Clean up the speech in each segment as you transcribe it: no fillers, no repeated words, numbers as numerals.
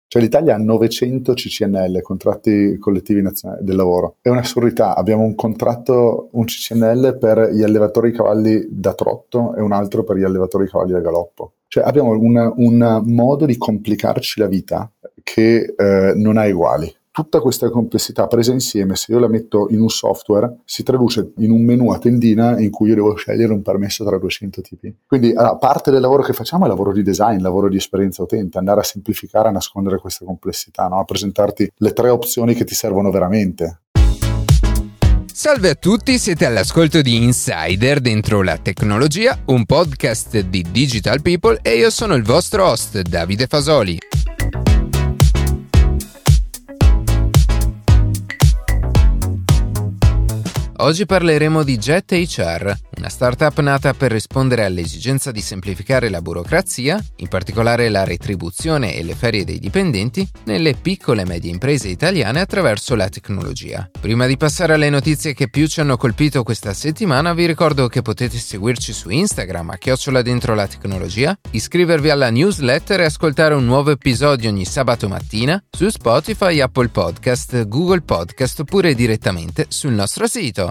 Cioè l'Italia ha 900 CCNL, contratti collettivi nazionali del lavoro. È un'assurdità, abbiamo un contratto, un CCNL per gli allevatori di cavalli da trotto e un altro per gli allevatori di cavalli da galoppo. Cioè abbiamo un modo di complicarci la vita che non ha uguali. Tutta questa complessità presa insieme, se io la metto in un software, si traduce in un menu a tendina in cui io devo scegliere un permesso tra 200 tipi. Quindi parte del lavoro che facciamo è lavoro di design, lavoro di esperienza utente, andare a semplificare, a nascondere questa complessità, no? A presentarti le 3 opzioni che ti servono veramente. Salve a tutti, siete all'ascolto di Insider dentro la tecnologia, un podcast di Digital People e io sono il vostro host Davide Fasoli. Oggi parleremo di Jet HR, una startup nata per rispondere all'esigenza di semplificare la burocrazia, in particolare la retribuzione e le ferie dei dipendenti, nelle piccole e medie imprese italiane attraverso la tecnologia. Prima di passare alle notizie che più ci hanno colpito questa settimana, vi ricordo che potete seguirci su Instagram @DentroLaTecnologia, iscrivervi alla newsletter e ascoltare un nuovo episodio ogni sabato mattina su Spotify, Apple Podcast, Google Podcast oppure direttamente sul nostro sito.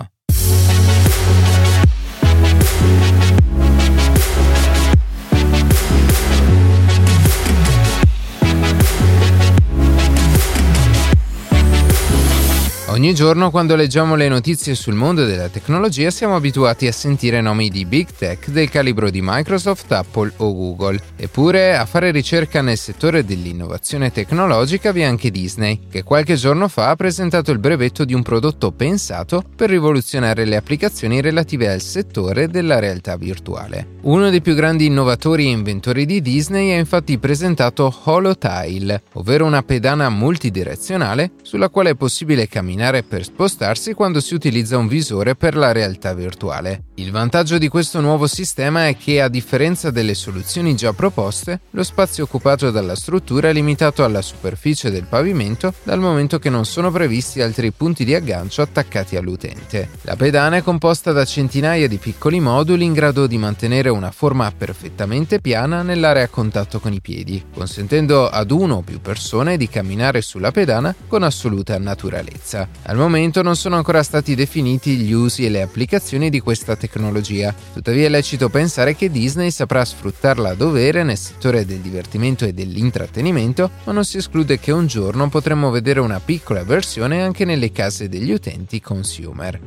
Ogni giorno quando leggiamo le notizie sul mondo della tecnologia siamo abituati a sentire nomi di big tech del calibro di Microsoft, Apple o Google. Eppure a fare ricerca nel settore dell'innovazione tecnologica vi è anche Disney, che qualche giorno fa ha presentato il brevetto di un prodotto pensato per rivoluzionare le applicazioni relative al settore della realtà virtuale. Uno dei più grandi innovatori e inventori di Disney ha infatti presentato HoloTile, ovvero una pedana multidirezionale sulla quale è possibile camminare per spostarsi quando si utilizza un visore per la realtà virtuale. Il vantaggio di questo nuovo sistema è che, a differenza delle soluzioni già proposte, lo spazio occupato dalla struttura è limitato alla superficie del pavimento, dal momento che non sono previsti altri punti di aggancio attaccati all'utente. La pedana è composta da centinaia di piccoli moduli in grado di mantenere una forma perfettamente piana nell'area a contatto con i piedi, consentendo ad 1 o più persone di camminare sulla pedana con assoluta naturalezza. Al momento non sono ancora stati definiti gli usi e le applicazioni di questa tecnologia, tuttavia è lecito pensare che Disney saprà sfruttarla a dovere nel settore del divertimento e dell'intrattenimento, ma non si esclude che un giorno potremmo vedere una piccola versione anche nelle case degli utenti consumer.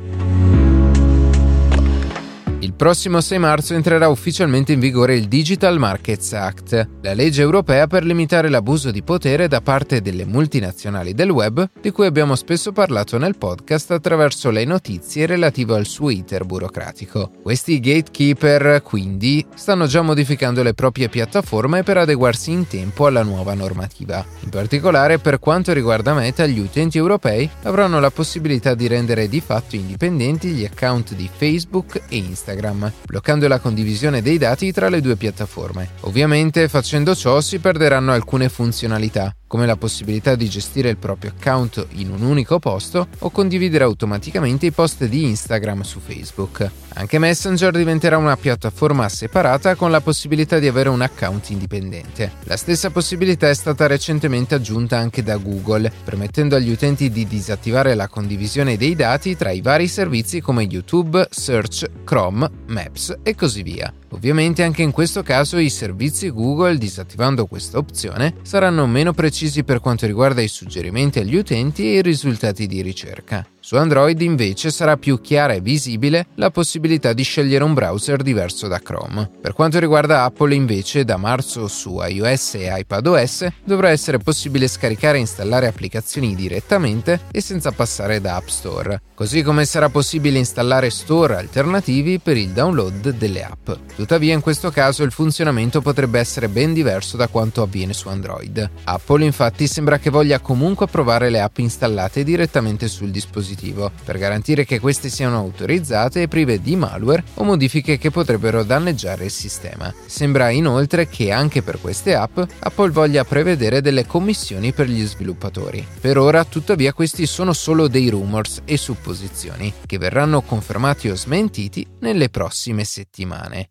Il prossimo 6 marzo entrerà ufficialmente in vigore il Digital Markets Act, la legge europea per limitare l'abuso di potere da parte delle multinazionali del web, di cui abbiamo spesso parlato nel podcast attraverso le notizie relative al suo iter burocratico. Questi gatekeeper, quindi, stanno già modificando le proprie piattaforme per adeguarsi in tempo alla nuova normativa. In particolare, per quanto riguarda Meta, gli utenti europei avranno la possibilità di rendere di fatto indipendenti gli account di Facebook e Instagram, bloccando la condivisione dei dati tra le due piattaforme. Ovviamente, facendo ciò si perderanno alcune funzionalità, come la possibilità di gestire il proprio account in un unico posto o condividere automaticamente i post di Instagram su Facebook. Anche Messenger diventerà una piattaforma separata con la possibilità di avere un account indipendente. La stessa possibilità è stata recentemente aggiunta anche da Google, permettendo agli utenti di disattivare la condivisione dei dati tra i vari servizi come YouTube, Search, Chrome, Maps e così via. Ovviamente anche in questo caso i servizi Google, disattivando questa opzione, saranno meno precisi per quanto riguarda i suggerimenti agli utenti e i risultati di ricerca. Su Android invece sarà più chiara e visibile la possibilità di scegliere un browser diverso da Chrome. Per quanto riguarda Apple invece, da marzo su iOS e iPadOS dovrà essere possibile scaricare e installare applicazioni direttamente e senza passare da App Store, così come sarà possibile installare store alternativi per il download delle app. Tuttavia in questo caso il funzionamento potrebbe essere ben diverso da quanto avviene su Android. Apple infatti sembra che voglia comunque approvare le app installate direttamente sul dispositivo, per garantire che queste siano autorizzate e prive di malware o modifiche che potrebbero danneggiare il sistema. Sembra inoltre che anche per queste app Apple voglia prevedere delle commissioni per gli sviluppatori. Per ora, tuttavia, questi sono solo dei rumors e supposizioni che verranno confermati o smentiti nelle prossime settimane.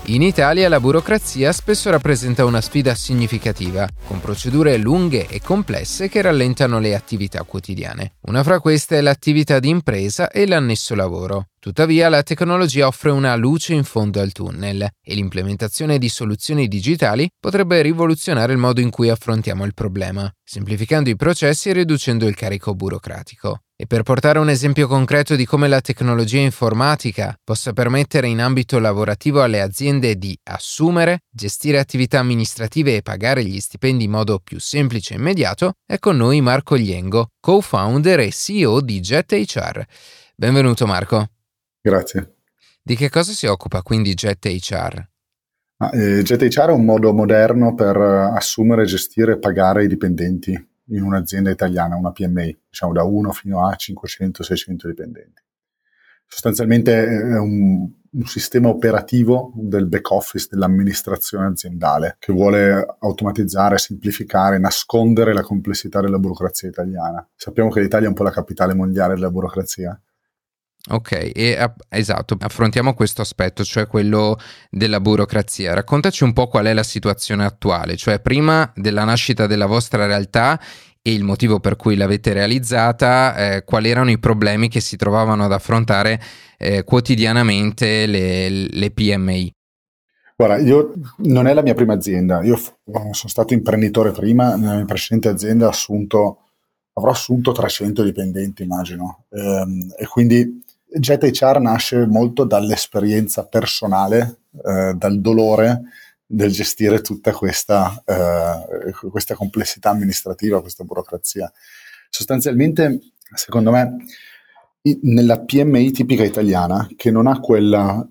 In Italia la burocrazia spesso rappresenta una sfida significativa, con procedure lunghe e complesse che rallentano le attività quotidiane. Una fra queste è l'attività di impresa e l'annesso lavoro. Tuttavia, la tecnologia offre una luce in fondo al tunnel e l'implementazione di soluzioni digitali potrebbe rivoluzionare il modo in cui affrontiamo il problema, semplificando i processi e riducendo il carico burocratico. E per portare un esempio concreto di come la tecnologia informatica possa permettere in ambito lavorativo alle aziende di assumere, gestire attività amministrative e pagare gli stipendi in modo più semplice e immediato, è con noi MarcoGliengo, co-founder e CEO di JetHR. Benvenuto Marco. Grazie. Di che cosa si occupa quindi JetHR? JetHR è un modo moderno per assumere, gestire e pagare i dipendenti in un'azienda italiana, una PMI, diciamo da 1 fino a 500-600 dipendenti. Sostanzialmente è un sistema operativo del back office dell'amministrazione aziendale che vuole automatizzare, semplificare, nascondere la complessità della burocrazia italiana. Sappiamo che l'Italia è un po' la capitale mondiale della burocrazia. Ok, esatto, affrontiamo questo aspetto, cioè quello della burocrazia. Raccontaci un po' qual è la situazione attuale, cioè prima della nascita della vostra realtà e il motivo per cui l'avete realizzata, quali erano i problemi che si trovavano ad affrontare quotidianamente le PMI. Guarda, non è la mia prima azienda, io sono stato imprenditore prima, nella mia precedente azienda avrò assunto 300 dipendenti, immagino, e quindi JetHR nasce molto dall'esperienza personale, dal dolore del gestire tutta questa complessità amministrativa, questa burocrazia. Sostanzialmente, secondo me, nella PMI tipica italiana, che non ha quella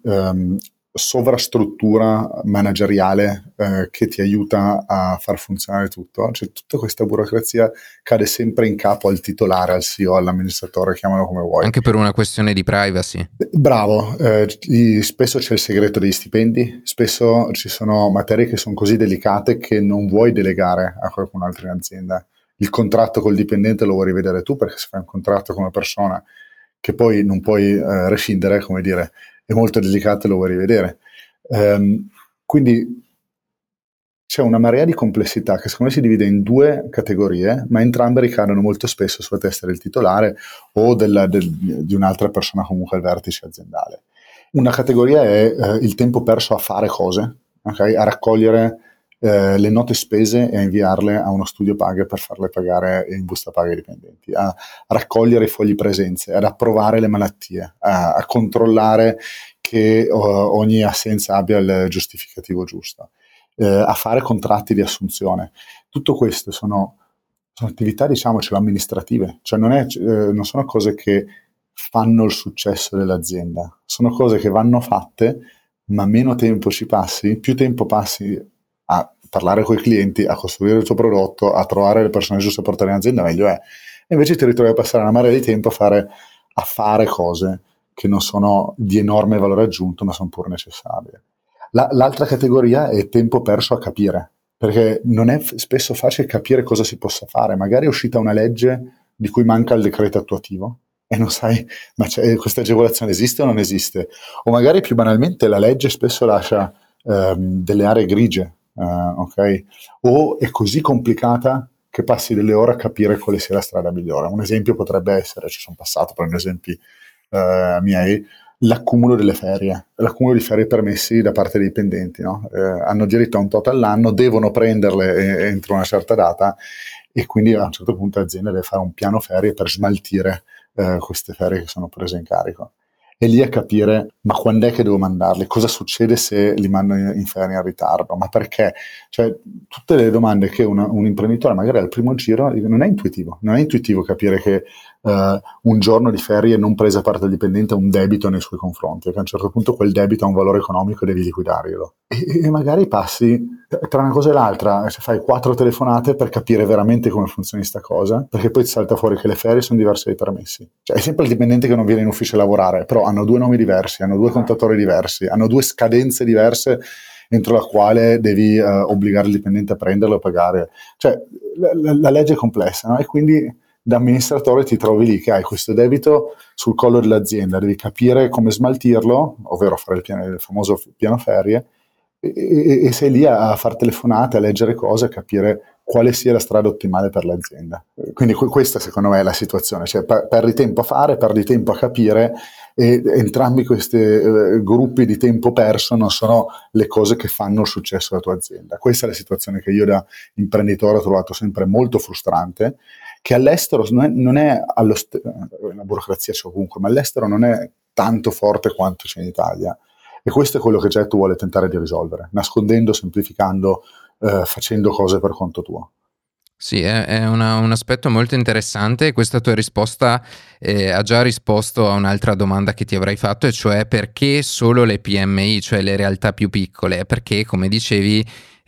sovrastruttura manageriale che ti aiuta a far funzionare tutto, cioè tutta questa burocrazia cade sempre in capo al titolare, al CEO, all'amministratore, chiamalo come vuoi. Anche per una questione di privacy. Bravo, spesso c'è il segreto degli stipendi, spesso ci sono materie che sono così delicate che non vuoi delegare a qualcun altro in azienda. Il contratto col dipendente lo vuoi rivedere tu, perché se fai un contratto con una persona che poi non puoi rescindere, come dire, è molto delicato e lo vuoi rivedere. Quindi c'è una marea di complessità che secondo me si divide in due categorie, ma entrambe ricadono molto spesso sulla testa del titolare o di un'altra persona comunque al vertice aziendale. Una categoria è il tempo perso a fare cose, okay? A raccogliere le note spese e a inviarle a uno studio paga per farle pagare in busta paga ai dipendenti, a raccogliere i fogli presenze, ad approvare le malattie, a controllare che ogni assenza abbia il giustificativo giusto, a fare contratti di assunzione. Tutto questo sono attività, diciamocelo, amministrative, cioè non sono cose che fanno il successo dell'azienda, sono cose che vanno fatte, ma meno tempo ci passi, più tempo passi a parlare con i clienti, a costruire il tuo prodotto, a trovare le persone giuste per portare in azienda, meglio è. E invece ti ritrovi a passare una marea di tempo a fare cose che non sono di enorme valore aggiunto, ma sono pur necessarie. L'altra categoria è tempo perso a capire, perché non è spesso facile capire cosa si possa fare. Magari è uscita una legge di cui manca il decreto attuativo e non sai, ma questa agevolazione esiste o non esiste? O magari più banalmente la legge spesso lascia delle aree grigie, ok? O è così complicata che passi delle ore a capire quale sia la strada migliore. Un esempio potrebbe essere, ci sono passato, prendo esempi miei, l'accumulo delle ferie, l'accumulo di ferie permessi da parte dei dipendenti, no? Hanno diritto a un tot all'anno, devono prenderle entro una certa data e quindi a un certo punto l'azienda deve fare un piano ferie per smaltire queste ferie che sono prese in carico. E lì a capire, ma quando è che devo mandarli? Cosa succede se li mando in ferie in ritardo? Ma perché? Cioè, tutte le domande che un imprenditore magari al primo giro non è intuitivo capire che un giorno di ferie non presa parte del dipendente è un debito nei suoi confronti, perché a un certo punto quel debito ha un valore economico e devi liquidarglielo. E magari passi tra una cosa e l'altra, se fai 4 telefonate per capire veramente come funziona sta cosa, perché poi ti salta fuori che le ferie sono diverse dai permessi. Cioè, è sempre il dipendente che non viene in ufficio a lavorare, però hanno 2 nomi diversi, hanno 2 contatori diversi, hanno 2 scadenze diverse entro la quale devi obbligare il dipendente a prenderlo e pagare. Cioè, la legge è complessa, no? E quindi da amministratore ti trovi lì che hai questo debito sul collo dell'azienda, devi capire come smaltirlo, ovvero fare il famoso piano ferie, e sei lì a far telefonate, a leggere cose, a capire quale sia la strada ottimale per l'azienda. Quindi questa secondo me è la situazione, cioè perdi tempo a fare, perdi tempo a capire, e entrambi questi gruppi di tempo perso non sono le cose che fanno il successo della tua azienda. Questa è la situazione che io da imprenditore ho trovato sempre molto frustrante, che all'estero non è la burocrazia c'è ovunque, ma all'estero non è tanto forte quanto c'è in Italia. E questo è quello che Jet vuole tentare di risolvere, nascondendo, semplificando, facendo cose per conto tuo. Sì, è un aspetto molto interessante. Questa tua risposta ha già risposto a un'altra domanda che ti avrei fatto, e cioè perché solo le PMI, cioè le realtà più piccole? Perché, come dicevi,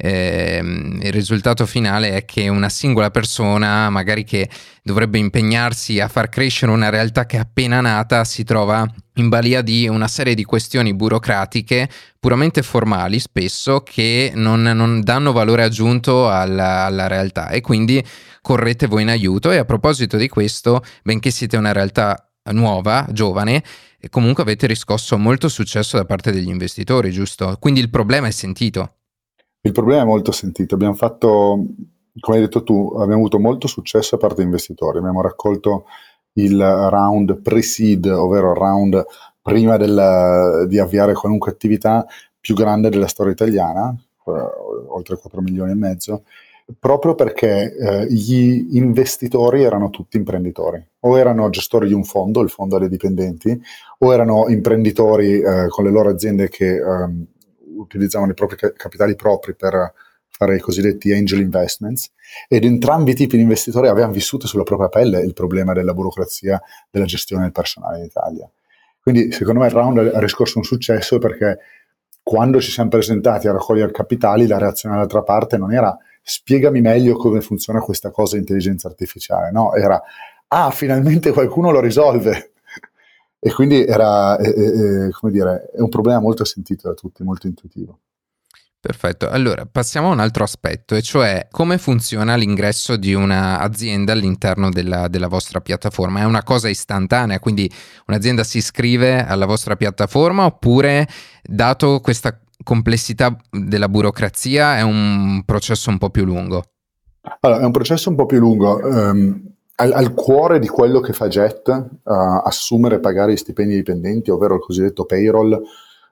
il risultato finale è che una singola persona, magari che dovrebbe impegnarsi a far crescere una realtà che è appena nata, si trova in balia di una serie di questioni burocratiche puramente formali spesso, che non danno valore aggiunto alla realtà, e quindi correte voi in aiuto. E a proposito di questo, benché siete una realtà nuova, giovane, e comunque avete riscosso molto successo da parte degli investitori, giusto? Quindi il problema è sentito. Il problema è molto sentito. Abbiamo fatto, come hai detto tu, abbiamo avuto molto successo da parte di investitori. Abbiamo raccolto il round pre-seed, ovvero il round prima di avviare qualunque attività, più grande della storia italiana, oltre 4 milioni e mezzo, proprio perché gli investitori erano tutti imprenditori, o erano gestori di un fondo, il fondo dei dipendenti, o erano imprenditori con le loro aziende che utilizzavano i propri capitali propri per fare i cosiddetti angel investments, ed entrambi i tipi di investitori avevano vissuto sulla propria pelle il problema della burocrazia della gestione del personale in Italia. Quindi secondo me il round ha riscosso un successo, perché quando ci siamo presentati a raccogliere capitali, la reazione dall'altra parte non era spiegami meglio come funziona questa cosa di intelligenza artificiale, no, era finalmente qualcuno lo risolve. E quindi era, come dire, è un problema molto sentito da tutti, molto intuitivo. Perfetto, allora passiamo a un altro aspetto, e cioè come funziona l'ingresso di un'azienda all'interno della vostra piattaforma. È una cosa istantanea, quindi un'azienda si iscrive alla vostra piattaforma, oppure, dato questa complessità della burocrazia, è un processo un po' più lungo? Allora, è un processo un po' più lungo. Al cuore di quello che fa Jet, assumere e pagare gli stipendi dipendenti, ovvero il cosiddetto payroll,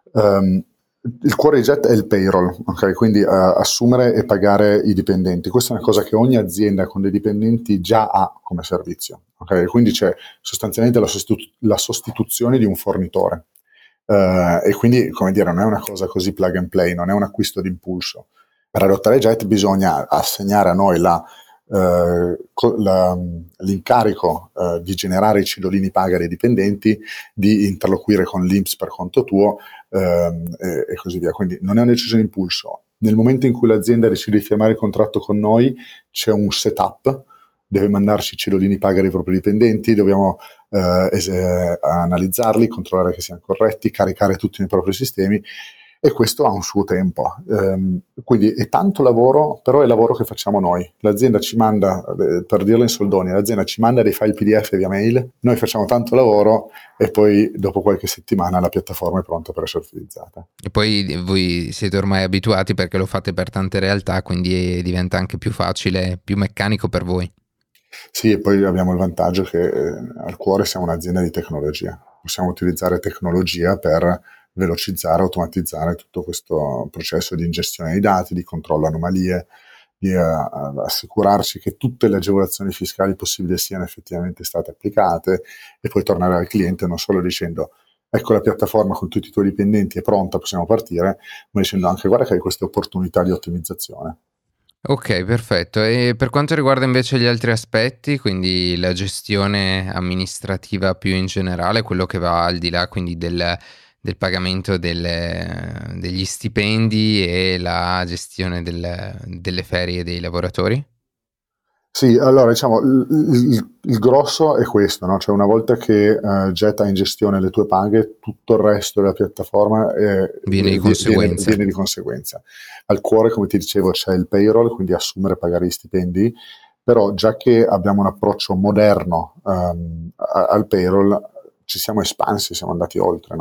il cuore di Jet è il payroll, okay? Quindi assumere e pagare i dipendenti. Questa è una cosa che ogni azienda con dei dipendenti già ha come servizio. Okay? Quindi c'è sostanzialmente la sostituzione di un fornitore. E quindi, come dire, non è una cosa così plug and play, non è un acquisto d'impulso. Per adottare Jet bisogna assegnare a noi l'incarico di generare i cedolini paga dei dipendenti, di interloquire con l'INPS per conto tuo, e così via. Quindi non è una decisione impulso. Nel momento in cui l'azienda decide di firmare il contratto con noi, c'è un setup, deve mandarci i cedolini paga dei propri dipendenti, dobbiamo analizzarli, controllare che siano corretti, caricare tutti nei propri sistemi, e questo ha un suo tempo. Quindi è tanto lavoro, però è lavoro che facciamo noi. L'azienda ci manda, per dirlo in soldoni, l'azienda ci manda dei file PDF via mail, noi facciamo tanto lavoro, e poi dopo qualche settimana la piattaforma è pronta per essere utilizzata. E poi voi siete ormai abituati perché lo fate per tante realtà, quindi diventa anche più facile, più meccanico per voi. Sì, e poi abbiamo il vantaggio che al cuore siamo un'azienda di tecnologia. Possiamo utilizzare tecnologia per velocizzare, automatizzare tutto questo processo di ingestione dei dati, di controllo anomalie, di assicurarci che tutte le agevolazioni fiscali possibili siano effettivamente state applicate, e poi tornare al cliente non solo dicendo ecco la piattaforma con tutti i tuoi dipendenti è pronta, possiamo partire, ma dicendo anche guarda che hai queste opportunità di ottimizzazione. Ok, perfetto. E per quanto riguarda invece gli altri aspetti, quindi la gestione amministrativa più in generale, quello che va al di là quindi del pagamento degli stipendi e la gestione delle ferie dei lavoratori? Sì, allora diciamo il grosso è questo, no? Cioè una volta che Jet ha in gestione le tue paghe, tutto il resto della piattaforma Viene di conseguenza. viene di conseguenza. Al cuore, come ti dicevo, c'è il payroll, quindi assumere e pagare gli stipendi, però già che abbiamo un approccio moderno al payroll, ci siamo espansi, siamo andati oltre, no?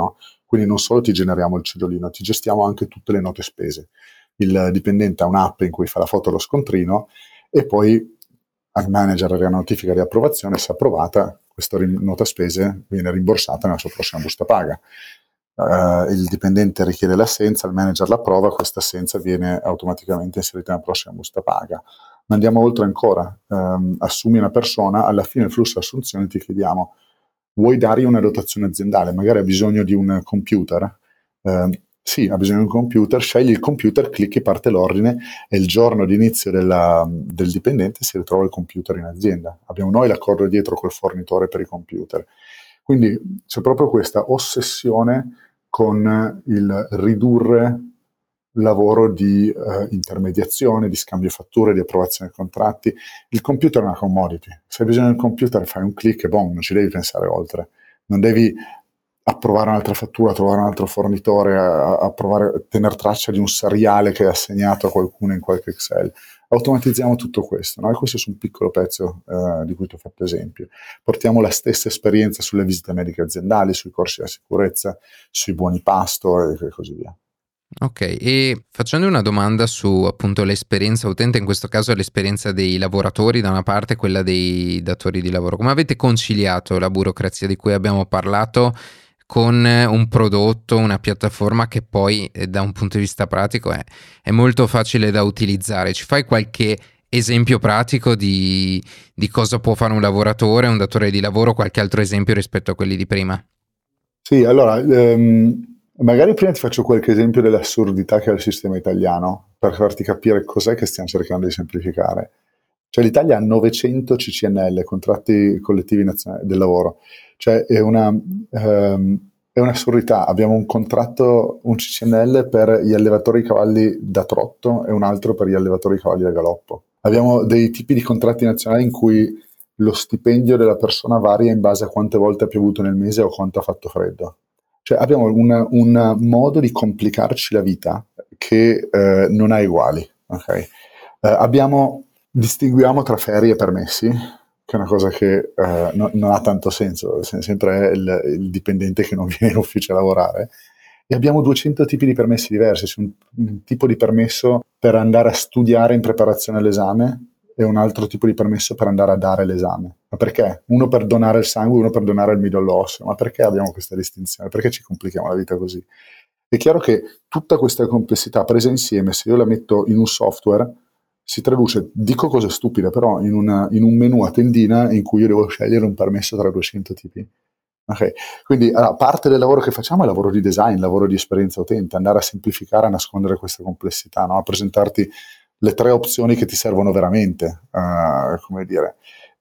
Quindi non solo ti generiamo il cedolino, ti gestiamo anche tutte le note spese. Il dipendente ha un'app in cui fa la foto allo scontrino e poi al manager arriva una notifica di approvazione, se approvata, questa nota spese viene rimborsata nella sua prossima busta paga. Il dipendente richiede l'assenza, il manager l'approva, questa assenza viene automaticamente inserita nella prossima busta paga. Ma andiamo oltre ancora, assumi una persona, alla fine del flusso di assunzione ti chiediamo: vuoi dargli una dotazione aziendale? Magari ha bisogno di un computer. Sì, ha bisogno di un computer, scegli il computer, clicchi, parte l'ordine e il giorno di inizio del dipendente si ritrova il computer in azienda. Abbiamo noi l'accordo dietro col fornitore per i computer. Quindi c'è proprio questa ossessione con il ridurre lavoro di intermediazione, di scambio fatture, di approvazione dei contratti. Il computer è una commodity. Se hai bisogno del computer fai un click e boom, non ci devi pensare oltre. Non devi approvare un'altra fattura, trovare un altro fornitore, tenere traccia di un seriale che è assegnato a qualcuno in qualche Excel. Automatizziamo tutto questo, no? E questo è un piccolo pezzo di cui ti ho fatto esempio. Portiamo la stessa esperienza sulle visite mediche aziendali, sui corsi della sicurezza, sui buoni pasto e così via. Ok, e facendo una domanda su appunto l'esperienza utente, in questo caso l'esperienza dei lavoratori da una parte e quella dei datori di lavoro, come avete conciliato la burocrazia di cui abbiamo parlato con un prodotto, una piattaforma che poi da un punto di vista pratico è molto facile da utilizzare? Ci fai qualche esempio pratico di cosa può fare un lavoratore, un datore di lavoro, qualche altro esempio rispetto a quelli di prima? Sì, allora, magari prima ti faccio qualche esempio dell'assurdità che ha il sistema italiano, per farti capire cos'è che stiamo cercando di semplificare. Cioè l'Italia ha 900 CCNL, contratti collettivi nazionali del lavoro, cioè è un'assurdità. Abbiamo un contratto, un CCNL per gli allevatori di cavalli da trotto e un altro per gli allevatori di cavalli da galoppo. Abbiamo dei tipi di contratti nazionali in cui lo stipendio della persona varia in base a quante volte ha piovuto nel mese o quanto ha fatto freddo. Cioè abbiamo un modo di complicarci la vita che non ha uguali. Okay? Distinguiamo tra ferie e permessi, che è una cosa che non ha tanto senso, sempre è il dipendente che non viene in ufficio a lavorare. E abbiamo 200 tipi di permessi diversi. C'è un tipo di permesso per andare a studiare in preparazione all'esame e un altro tipo di permesso per andare a dare l'esame. Ma perché? Uno per donare il sangue, uno per donare il midollo osseo. Ma perché abbiamo questa distinzione? Perché ci complichiamo la vita così? È chiaro che tutta questa complessità presa insieme, se io la metto in un software, si traduce, dico cose stupide, però in un menu a tendina in cui io devo scegliere un permesso tra 200 tipi. Okay. Quindi parte del lavoro che facciamo è lavoro di design, lavoro di esperienza utente, andare a semplificare, a nascondere questa complessità, no? A presentarti le 3 opzioni che ti servono veramente, come dire.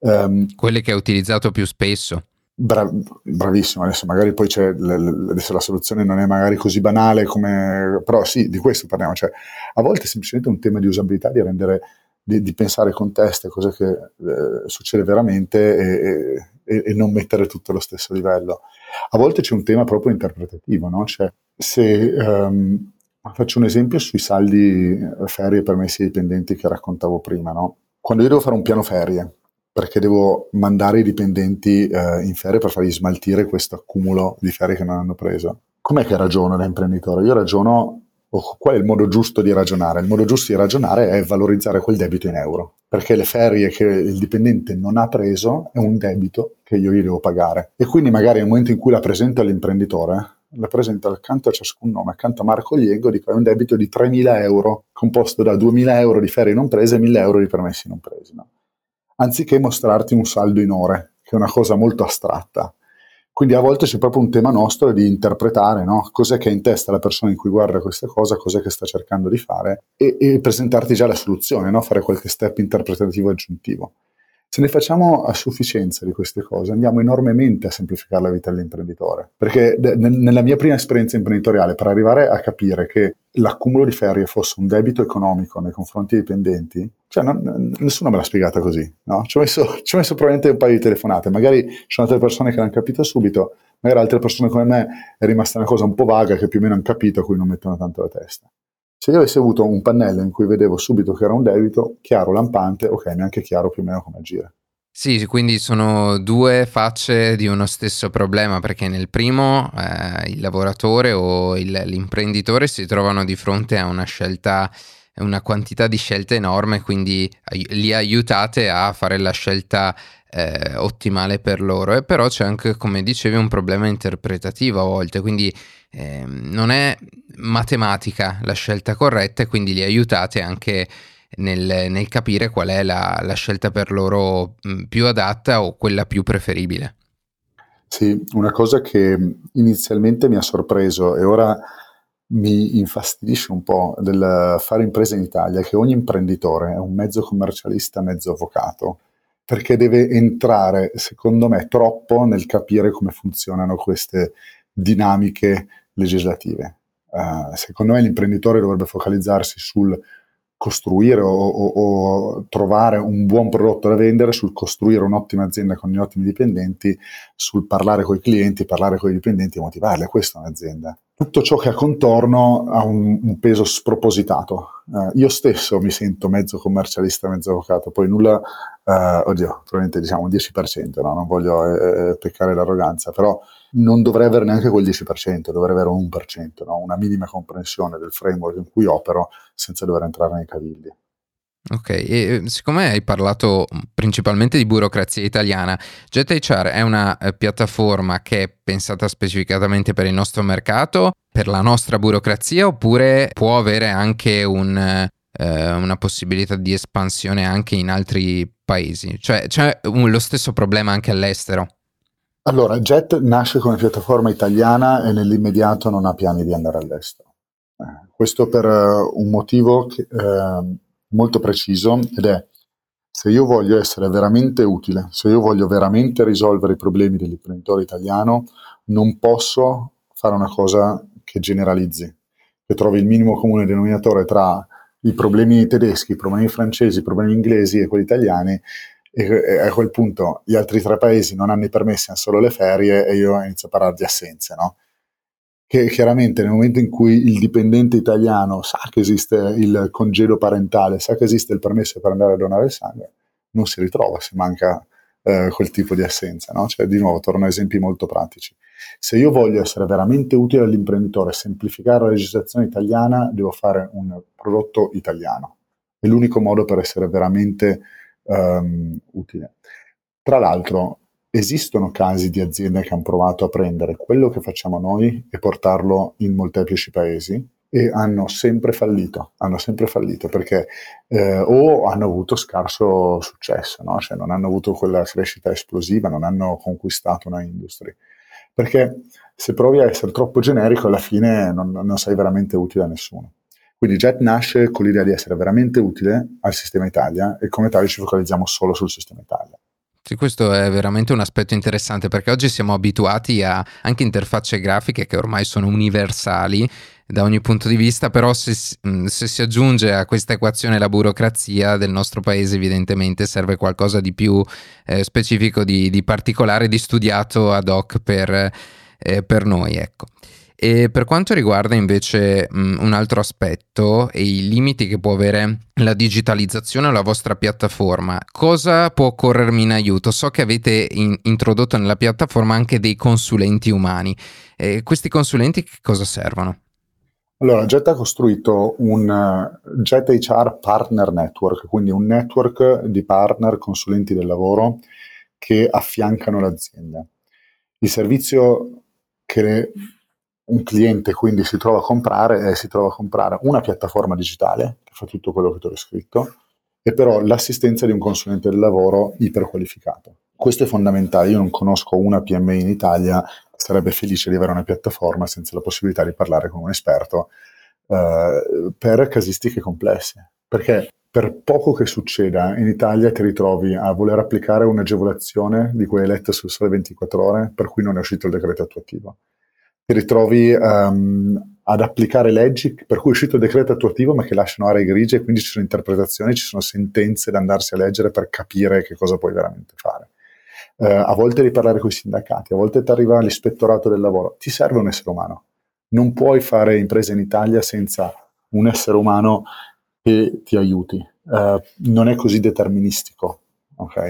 Quelle che hai utilizzato più spesso. Bravissimo, adesso magari poi adesso la soluzione non è magari così banale come, però sì, di questo parliamo, cioè a volte è semplicemente un tema di usabilità, di rendere, di pensare con teste cose che succede veramente e non mettere tutto allo stesso livello. A volte c'è un tema proprio interpretativo, no? Cioè se faccio un esempio sui saldi ferie permessi ai dipendenti che raccontavo prima, no? Quando io devo fare un piano ferie perché devo mandare i dipendenti in ferie per fargli smaltire questo accumulo di ferie che non hanno preso. Com'è che ragiono da imprenditore? Io ragiono, qual è il modo giusto di ragionare? Il modo giusto di ragionare è valorizzare quel debito in euro, perché le ferie che il dipendente non ha preso è un debito che io gli devo pagare. E quindi magari nel momento in cui la presento all'imprenditore, la presento accanto a ciascun nome, accanto a Marco Liego, dico è un debito di 3.000 euro, composto da 2.000 euro di ferie non prese e 1.000 euro di permessi non presi, no? Anziché mostrarti un saldo in ore, che è una cosa molto astratta. Quindi a volte c'è proprio un tema nostro di interpretare, no? Cos'è che è in testa la persona in cui guarda questa cosa, cos'è che sta cercando di fare e presentarti già la soluzione, no? Fare qualche step interpretativo aggiuntivo. Se ne facciamo a sufficienza di queste cose, andiamo enormemente a semplificare la vita dell'imprenditore. Perché nella mia prima esperienza imprenditoriale, per arrivare a capire che l'accumulo di ferie fosse un debito economico nei confronti dei dipendenti, cioè nessuno me l'ha spiegata così, no? Ci ho messo probabilmente un paio di telefonate, magari ci sono altre persone che l'hanno capito subito, magari altre persone come me è rimasta una cosa un po' vaga che più o meno hanno capito, a cui non mettono tanto la testa. Se io avessi avuto un pannello in cui vedevo subito che era un debito, chiaro, lampante, ok, mi è anche chiaro più o meno come agire. Sì, quindi sono due facce di uno stesso problema, perché nel primo il lavoratore o l'imprenditore si trovano di fronte a una scelta, una quantità di scelte enorme, quindi li aiutate a fare la scelta ottimale per loro. E però c'è anche, come dicevi, un problema interpretativo a volte, quindi non è matematica la scelta corretta, e quindi li aiutate anche nel capire qual è la scelta per loro più adatta o quella più preferibile. Sì, una cosa che inizialmente mi ha sorpreso e ora mi infastidisce un po' del fare impresa in Italia è che ogni imprenditore è un mezzo commercialista, mezzo avvocato, perché deve entrare, secondo me, troppo nel capire come funzionano queste dinamiche legislative. Secondo me l'imprenditore dovrebbe focalizzarsi sul costruire o trovare un buon prodotto da vendere, sul costruire un'ottima azienda con gli ottimi dipendenti, sul parlare con i clienti, parlare con i dipendenti e motivarli. Questa è un'azienda. Tutto ciò che ha contorno ha un peso spropositato. Io stesso mi sento mezzo commercialista, mezzo avvocato, poi nulla, oddio, probabilmente diciamo un 10%, no? Non voglio peccare l'arroganza, però non dovrei avere neanche quel 10%, dovrei avere un 1%, no? Una minima comprensione del framework in cui opero senza dover entrare nei cavilli. Ok, e siccome hai parlato principalmente di burocrazia italiana, JetHR è una piattaforma che è pensata specificatamente per il nostro mercato, per la nostra burocrazia, oppure può avere anche una possibilità di espansione anche in altri paesi? Cioè c'è lo stesso problema anche all'estero? Allora, Jet nasce come piattaforma italiana e nell'immediato non ha piani di andare all'estero. Questo per un motivo molto preciso, ed è: se io voglio essere veramente utile, se io voglio veramente risolvere i problemi dell'imprenditore italiano, non posso fare una cosa che generalizzi, che trovi il minimo comune denominatore tra i problemi tedeschi, i problemi francesi, i problemi inglesi e quelli italiani, e a quel punto gli altri tre paesi non hanno i permessi, hanno solo le ferie e io inizio a parlare di assenze, no? Che chiaramente nel momento in cui il dipendente italiano sa che esiste il congedo parentale, sa che esiste il permesso per andare a donare il sangue, non si ritrova se manca quel tipo di assenza, no? Cioè, di nuovo, torno a esempi molto pratici. Se io voglio essere veramente utile all'imprenditore, semplificare la legislazione italiana, devo fare un prodotto italiano. È l'unico modo per essere veramente utile. Tra l'altro, esistono casi di aziende che hanno provato a prendere quello che facciamo noi e portarlo in molteplici paesi e hanno sempre fallito perché o hanno avuto scarso successo, no? Cioè non hanno avuto quella crescita esplosiva, non hanno conquistato una industria. Perché se provi a essere troppo generico, alla fine non sei veramente utile a nessuno. Quindi Jet nasce con l'idea di essere veramente utile al sistema Italia e come tale ci focalizziamo solo sul sistema Italia. Sì, questo è veramente un aspetto interessante, perché oggi siamo abituati a anche interfacce grafiche che ormai sono universali da ogni punto di vista, però se si aggiunge a questa equazione la burocrazia del nostro paese, evidentemente serve qualcosa di più specifico, di particolare, di studiato ad hoc per noi, ecco. E per quanto riguarda invece un altro aspetto e i limiti che può avere la digitalizzazione o la vostra piattaforma, cosa può corrermi in aiuto? So che avete introdotto nella piattaforma anche dei consulenti umani. Questi consulenti che cosa servono? Allora, Jet ha costruito un Jet HR Partner Network, quindi un network di partner consulenti del lavoro che affiancano l'azienda. Il servizio che un cliente quindi si trova a comprare una piattaforma digitale che fa tutto quello che tu hai scritto e però l'assistenza di un consulente del lavoro iperqualificato. Questo è fondamentale. Io non conosco una PMI in Italia che sarebbe felice di avere una piattaforma senza la possibilità di parlare con un esperto per casistiche complesse. Perché per poco che succeda in Italia ti ritrovi a voler applicare un'agevolazione di quelle lette sul Sole 24 Ore per cui non è uscito il decreto attuativo. Ti ritrovi ad applicare leggi per cui è uscito il decreto attuativo ma che lasciano aree grigie e quindi ci sono interpretazioni, ci sono sentenze da andarsi a leggere per capire che cosa puoi veramente fare. A volte devi parlare con i sindacati, a volte ti arriva l'ispettorato del lavoro. Ti serve un essere umano. Non puoi fare impresa in Italia senza un essere umano che ti aiuti. Non è così deterministico, ok?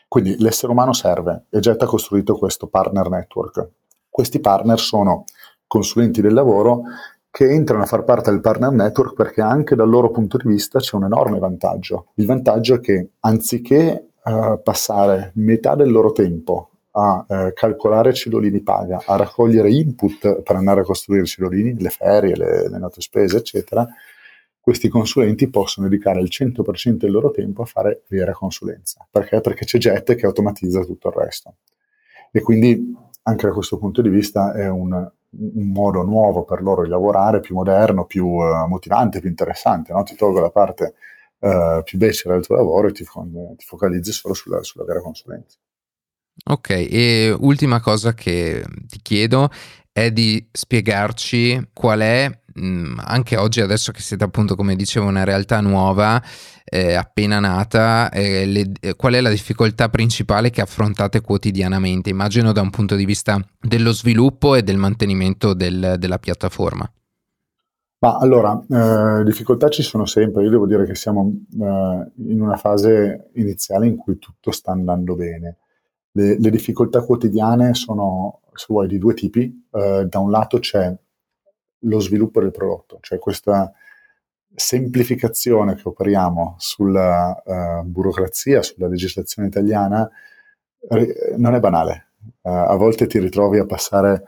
Quindi l'essere umano serve e Jet ha costruito questo partner network. Questi partner sono consulenti del lavoro che entrano a far parte del partner network perché anche dal loro punto di vista c'è un enorme vantaggio. Il vantaggio è che anziché passare metà del loro tempo a calcolare cedolini paga, a raccogliere input per andare a costruire cedolini, le ferie, le note spese, eccetera, questi consulenti possono dedicare il 100% del loro tempo a fare vera consulenza. Perché? Perché c'è Jet che automatizza tutto il resto. E quindi anche da questo punto di vista è un modo nuovo per loro di lavorare, più moderno, più motivante, più interessante, no? Ti tolgo la parte più becera del tuo lavoro e ti focalizzi solo sulla vera consulenza. Ok, e ultima cosa che ti chiedo è di spiegarci qual è, anche oggi, adesso che siete appunto, come dicevo, una realtà nuova, appena nata, qual è la difficoltà principale che affrontate quotidianamente, immagino da un punto di vista dello sviluppo e del mantenimento della piattaforma. Ma allora, difficoltà ci sono sempre. Io devo dire che siamo in una fase iniziale in cui tutto sta andando bene. Le difficoltà quotidiane sono, se vuoi, di due tipi. Da un lato c'è lo sviluppo del prodotto, cioè questa semplificazione che operiamo sulla burocrazia, sulla legislazione italiana, non è banale. A volte ti ritrovi a passare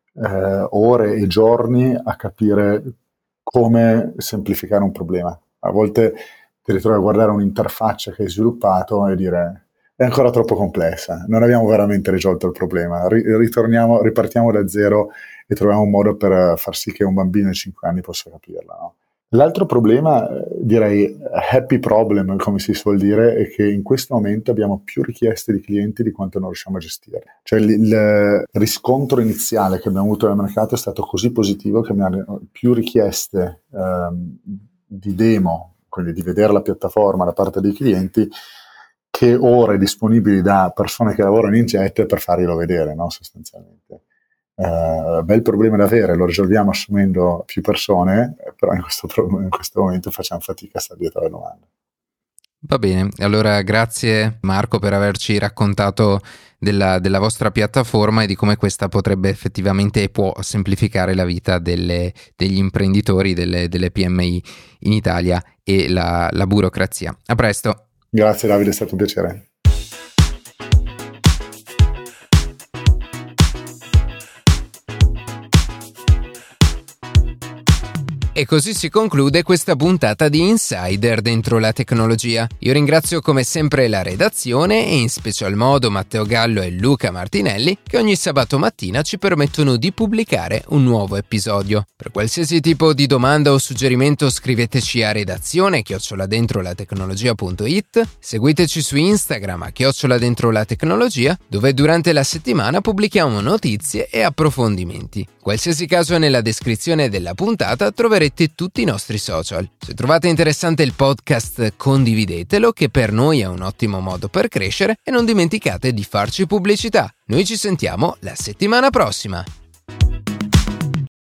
ore e giorni a capire come semplificare un problema. A volte ti ritrovi a guardare un'interfaccia che hai sviluppato e dire è ancora troppo complessa, non abbiamo veramente risolto il problema, ripartiamo da zero e troviamo un modo per far sì che un bambino di 5 anni possa capirla. No? L'altro problema, direi happy problem, come si suol dire, è che in questo momento abbiamo più richieste di clienti di quanto non riusciamo a gestire. Cioè il riscontro iniziale che abbiamo avuto nel mercato è stato così positivo che abbiamo più richieste di demo, quindi di vedere la piattaforma da parte dei clienti, che ore disponibili da persone che lavorano in Jet per farglielo vedere, no? Sostanzialmente. Bel problema da avere, lo risolviamo assumendo più persone, però in questo momento facciamo fatica a stare dietro alle domande. Va bene, allora grazie Marco per averci raccontato della vostra piattaforma e di come questa potrebbe effettivamente e può semplificare la vita degli imprenditori, delle PMI in Italia e la burocrazia. A presto. Grazie Davide, è stato un piacere. E così si conclude questa puntata di Insider dentro la tecnologia. Io ringrazio come sempre la redazione e in special modo Matteo Gallo e Luca Martinelli che ogni sabato mattina ci permettono di pubblicare un nuovo episodio. Per qualsiasi tipo di domanda o suggerimento scriveteci a redazione@dentrolatecnologia.it, seguiteci su Instagram @dentrolatecnologia, dove durante la settimana pubblichiamo notizie e approfondimenti. Qualsiasi caso è nella descrizione della puntata troverete tutti i nostri social. Se trovate interessante il podcast, condividetelo, che per noi è un ottimo modo per crescere, e non dimenticate di farci pubblicità. Noi ci sentiamo la settimana prossima.